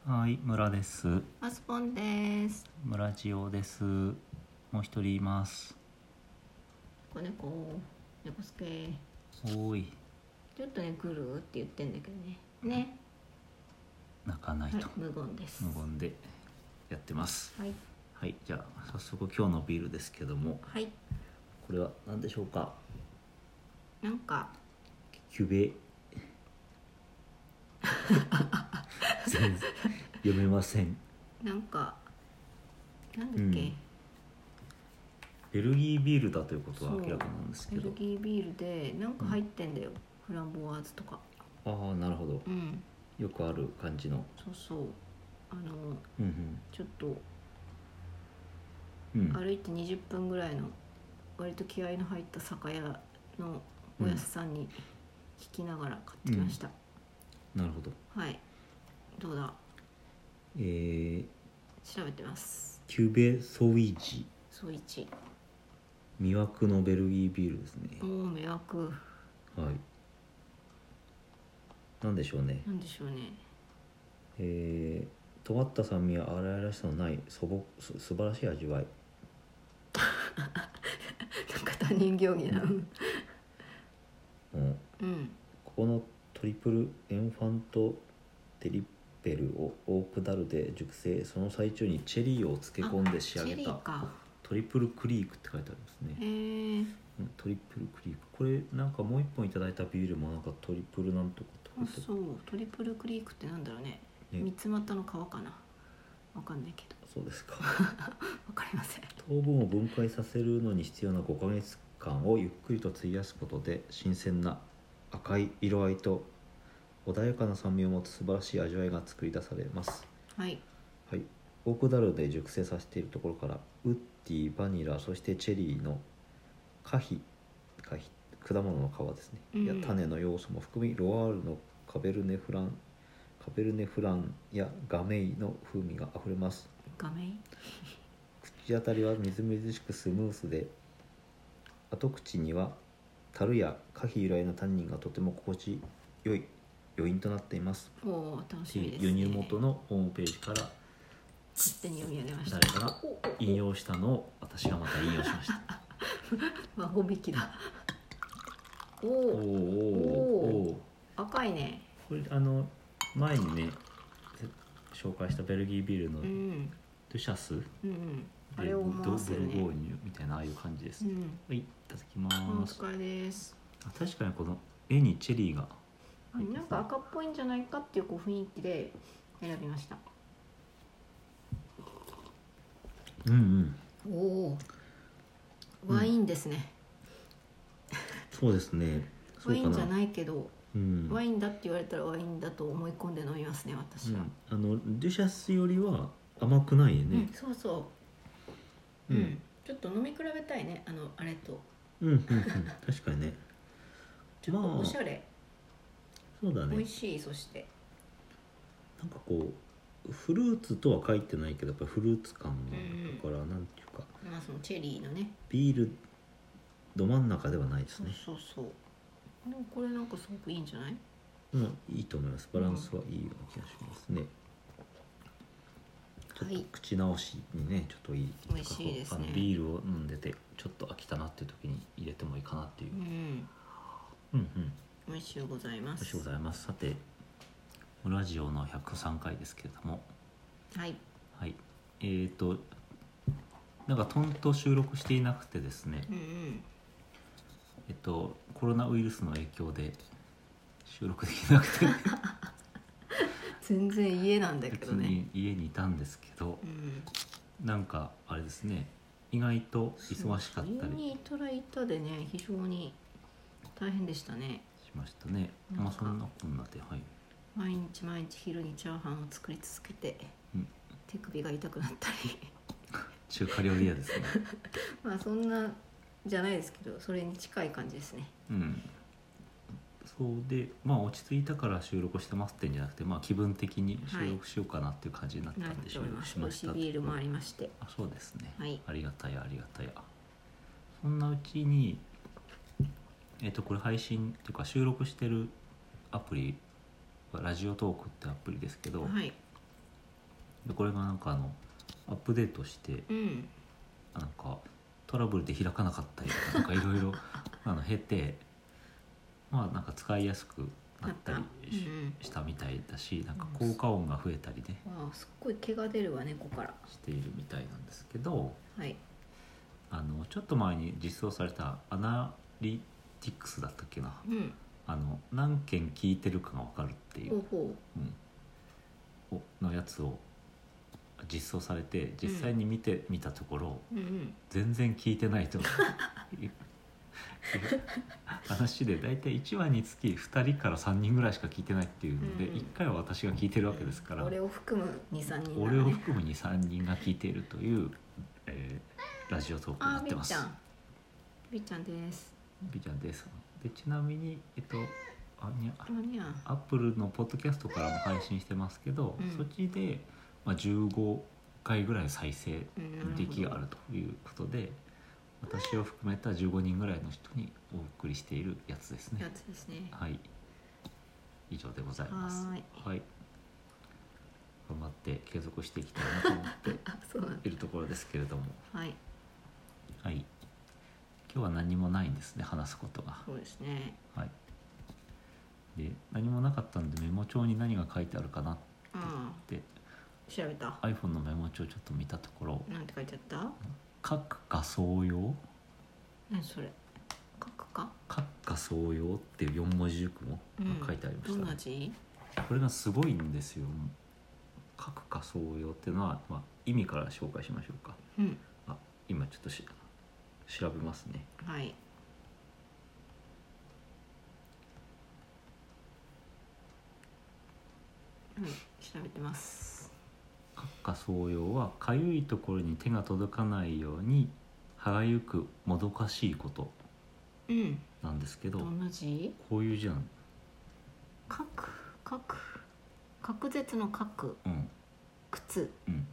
はい、村です。 マスポンです。 村ジオです。もう一人います。 子猫、猫すけ。 おーい、 ちょっとね、来るって言ってんだけどね。ね。 泣かないと、 はい、無言です。 無言でやってます。 はい。 はい、じゃあ早速今日のビールですけども、 はい。 これは何でしょうか。 なんかキュベ全然読めません。 なんだっけ、 ベルギービールだということはそう明らかなんですけど。 ベルギービールでなんか入ってんだよ、フランボワーズとか。 ああ、なるほど。よくある感じの。 そうそう。 うんちょっとうん。 歩いて20分ぐらいの割と気合いの入った酒屋のおやすさんに聞きながら買ってきました。 なるほど。 はい。どうだ。調べてます。 キュベソウィジ、 ソイチ。 魅惑のベルギービールですね。 おお、魅惑。 はい。なんでしょうね。 なんでしょうね。 尖った酸味や荒々しさのない素晴らしい味わい。 なんか他人行儀な。 ここのトリプルエンファントデリベルをオークダルで熟成、その最中にチェリーを漬け込んで仕上げたトリプルクリークって書いてありますね。トリプルクリーク、これなんかもう一本いただいたビールもなんかトリプルなんとかって書いてある。 そう、トリプルクリークってなんだろうね。三つ股の皮かな、わかんないけど。 そうですか。 わかりません。 糖分を分解させるのに必要な5ヶ月間をゆっくりと費やすことで、新鮮な赤い色合いと穏やかな酸味を持つ素晴らしい味わいが作り出されます。 はい、 はい、オークダルで熟成させているところから、ウッディ、バニラ、そしてチェリーの果物の皮ですね、や種の要素も含み、ロワールのカベルネフランやガメイの風味があふれます。 ガメイ。 口当たりはみずみずしくスムースで、後口には樽や果皮由来のタンニンがとても心地よい余韻となっています。 おお、楽しみですね。 輸入元のホームページから勝手に読み上げました。 誰かが引用したのを私がまた引用しました。 孫引きだ。おおお、赤いね。 これ前にね紹介したベルギービールのドゥシャス、 あれを思わせるね。 ブルゴーニュみたいなああいう感じです。はい、いただきます。 お疲れです。 確かにこの絵にチェリーがなんか赤っぽいんじゃないかっていう雰囲気で選びました。おお、ワインですね。 そうですね。 ワインじゃないけど、ワインだって言われたらワインだと思い込んで飲みますね、私は。 デュシャスよりは甘くないね。 そうそう。ちょっと飲み比べたいね、あれと。 確かにね。 ちょっとおしゃれ。 そうだね。 美味しい。そしてなんかこうフルーツとは書いてないけど、やっぱフルーツ感がだからなんていうか、 まあそのチェリーのね、 ビールど真ん中ではないですね。 そうでもこれなんかすごくいいんじゃない？ いいと思います。バランスはいいような気がしますね。ちょっと口直しにね、ちょっといい。 美味しいですね。 ビールを飲んでてちょっと飽きたなっていう時に入れてもいいかなっていう。 美味しゅうございます。 美味しゅうございます。さて、ラジオの103回ですけれども、はい。なんかとんと収録していなくてですね。コロナウイルスの影響で収録できなくて全然家なんだけどね。 別に家にいたんですけど、なんかあれですね、意外と忙しかったり。 家にいたらいたでね、非常に大変でしたね。 しましたね。そんなこんなで、 毎日昼にチャーハンを作り続けて、手首が痛くなったり中華料理屋ですね。 まあそんなじゃないですけど、それに近い感じですね。 そうで、落ち着いたから収録してますってんじゃなくて、気分的に収録しようかなっていう感じになったんで収録しました。 美味しいビールもありまして。 そうですね。ありがたや。そんなうちにこれ配信っていうか収録してるアプリはラジオトークってアプリですけど、 でこれがなんかアップデートしてうんなんかトラブルで開かなかったりとかなんかいろいろ経てまあなんか使いやすくなったりしたみたいだし、なんか効果音が増えたりね、 すっごい毛が出るわ猫からしているみたいなんですけど、 はいちょっと前に実装されたアナリティクスだったっけな、 うん何件聞いてるかが分かるっていう、 ほのやつを実装されて実際に見てみたところ、 う全然聞いてないという話で、だいたい1話につき2人から3人ぐらいしか聞いてないっていうので、1回は私が聞いてるわけですから、 俺を含む 2,3 人だね。 俺を含む 2,3 人が聞いているという、ラジオトークになってます。 ビーちゃんです。 ビーちゃんです。でちなみにアップルのポッドキャストからも配信してますけど、そっちで、15回ぐらい再生出来があるということで、私を含めた15人ぐらいの人にお送りしているやつですね。はい、以上でございます。はい、頑張って継続していきたいなと思っているところですけれどもはい、今日は何もないんですね、話すことが。 そうですね。 はい。で何もなかったんでメモ帳に何が書いてあるかなって言って調べた。 iPhone のメモ帳をちょっと見たところ、 なんて書いてあった？ 各画素用、 何それ？ 各画素用っていう4文字熟語が書いてありました、 どんな字？ これがすごいんですよ。各画素用っていうのは、意味から紹介しましょうか。今ちょっと調べますね。 はい。調べてます。 各画素用はかゆいところに手が届かないように歯がゆくもどかしいことなんですけど、 どんな字？ こういう字なの。 隔絶の角、靴、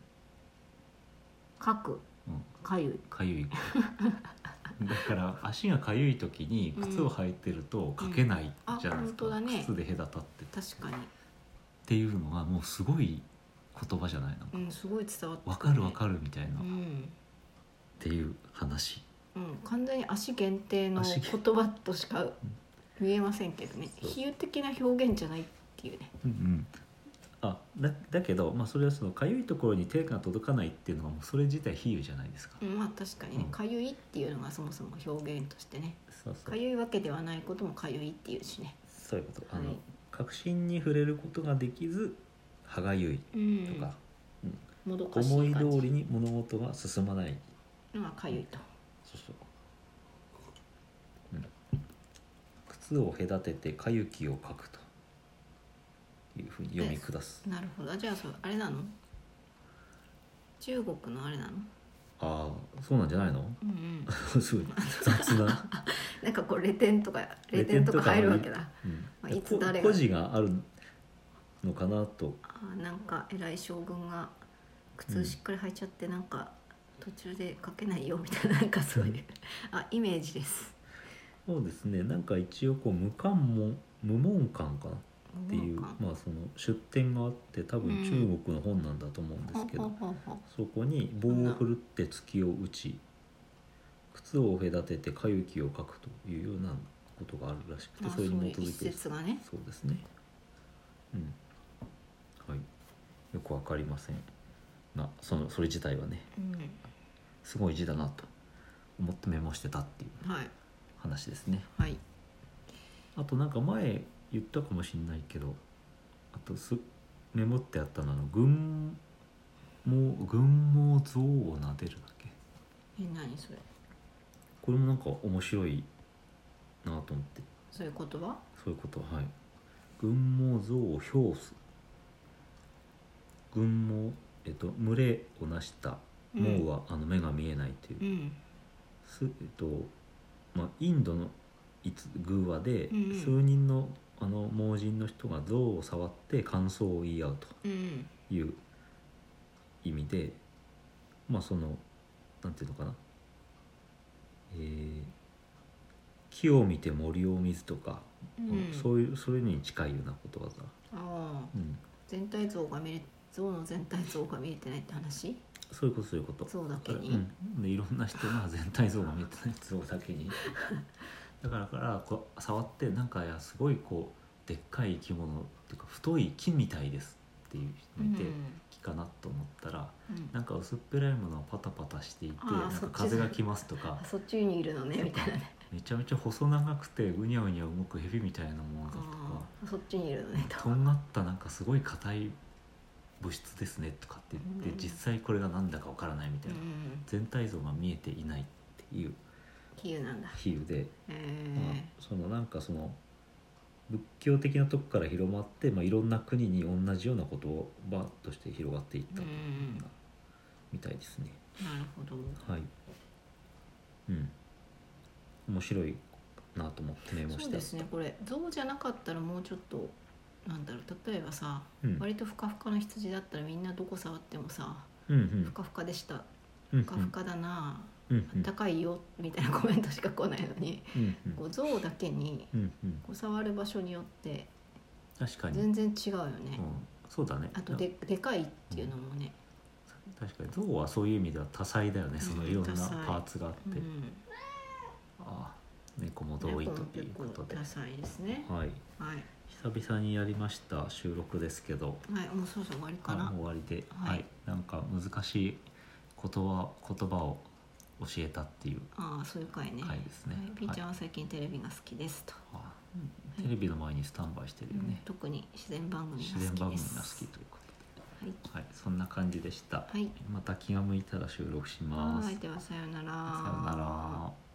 かゆいだから足がかゆい時に靴を履いてるとかけないじゃないですか、靴で隔たって確かにっていうのがもうすごい言葉じゃないの、 すごい伝わってくる、わかるみたいな、っていう話、 完全に足限定の言葉としか見えませんけどね、比喩的な表現じゃないっていうね。 だけど、それはそのかゆいところに手が届かないっていうのはもうそれ自体比喩じゃないですか。 確かにね、かゆいっていうのがそもそも表現としてね、かゆいわけではないこともかゆいっていうしね。 そういうこと、確信に触れることができず歯がゆいとか、 もどかしい感じ、 思い通りに物事が進まないのがかゆいと。 靴を隔ててかゆきを書くというふうに読み下す。 なるほど。じゃああれなの？中国のあれなの？ そうなんじゃないの？すごい雑ななんかこうレテンとか入るわけだ。いつ誰が故事があるのかなと。 なんか偉い将軍が靴しっかり履いちゃってなんか途中で書けないよみたいな、なんかそういうイメージです。 そうですね。なんか一応こう無門館かなっていう、その出典があって、多分中国の本なんだと思うんですけど、そこに棒を振るって突きを打ち、靴を隔ててかゆきを書くというようなことがあるらしくて、それに基づいてそういう一節がね。 そうですね。はい。よくわかりませんが、それ自体はね、すごい字だなと思ってメモしてたっていう話ですね。あとなんか前言ったかもしれないけど、あとメモってあったのは群毛像を撫でるだっけ。 何それ？ これもなんか面白いなと思って。 そういう言葉？ そういうこと。はい。群毛像を表す。群毛、群れをなした毛は、目が見えないという、インドの寓話で、数人の盲人の人が象を触って感想を言い合うという意味で、そのなんていうのかな、木を見て森を見ずとか、それに近いようなことわざ。 全体像が見れ象の全体像が見えてないって話？ そういうことそういうこと。 象だけに、 うん、でいろんな人が全体像が見えてない象だけにだからこう触ってなんかすごいこうでっかい生き物っていうか太い木みたいですっていう人見て、木かなと思ったら、なんか薄っぺらいものがパタパタしていて、なんか風が来ますとか、 そっちにいるのねみたいなね、 めちゃめちゃ細長くてうにゃうにゃ動く蛇みたいなものだとか、 そっちにいるのねとんがったなんかすごい硬い物質ですねとかって言って、実際これが何だかわからないみたいな、全体像が見えていないっていう比喩なんだ。 比喩で、そのなんかその仏教的なとこから広まって、いろんな国に同じような言葉として広がっていったみたいですね。 なるほど。 はい。面白いなと思ってメモした。 そうですね。これ象じゃなかったらもうちょっとなんだろう、例えばさ、割とふかふかの羊だったらみんなどこ触ってもさ、ふかふかでした、ふかふかだな、高いよみたいなコメントしか来ないのに、こう象だけにこう触る場所によって確かに全然違うよね。 そうだね。 あと でかいっていうのもね、 確かに象はそういう意味では多彩だよね。そのいろんなパーツがあって、猫も同意ということで多彩ですね。 はい、久々にやりました収録ですけど、 もうそろそろ終わりかな。 終わりで、なんか難しい言葉を教えたっていうそういう回ね。 ですね。 ピーちゃんは最近テレビが好きですと。 テレビの前にスタンバイしてるよね。 特に自然番組が好きです。 自然番組が好きということで、そんな感じでした。また気が向いたら収録します。 ではさようなら。 さようなら。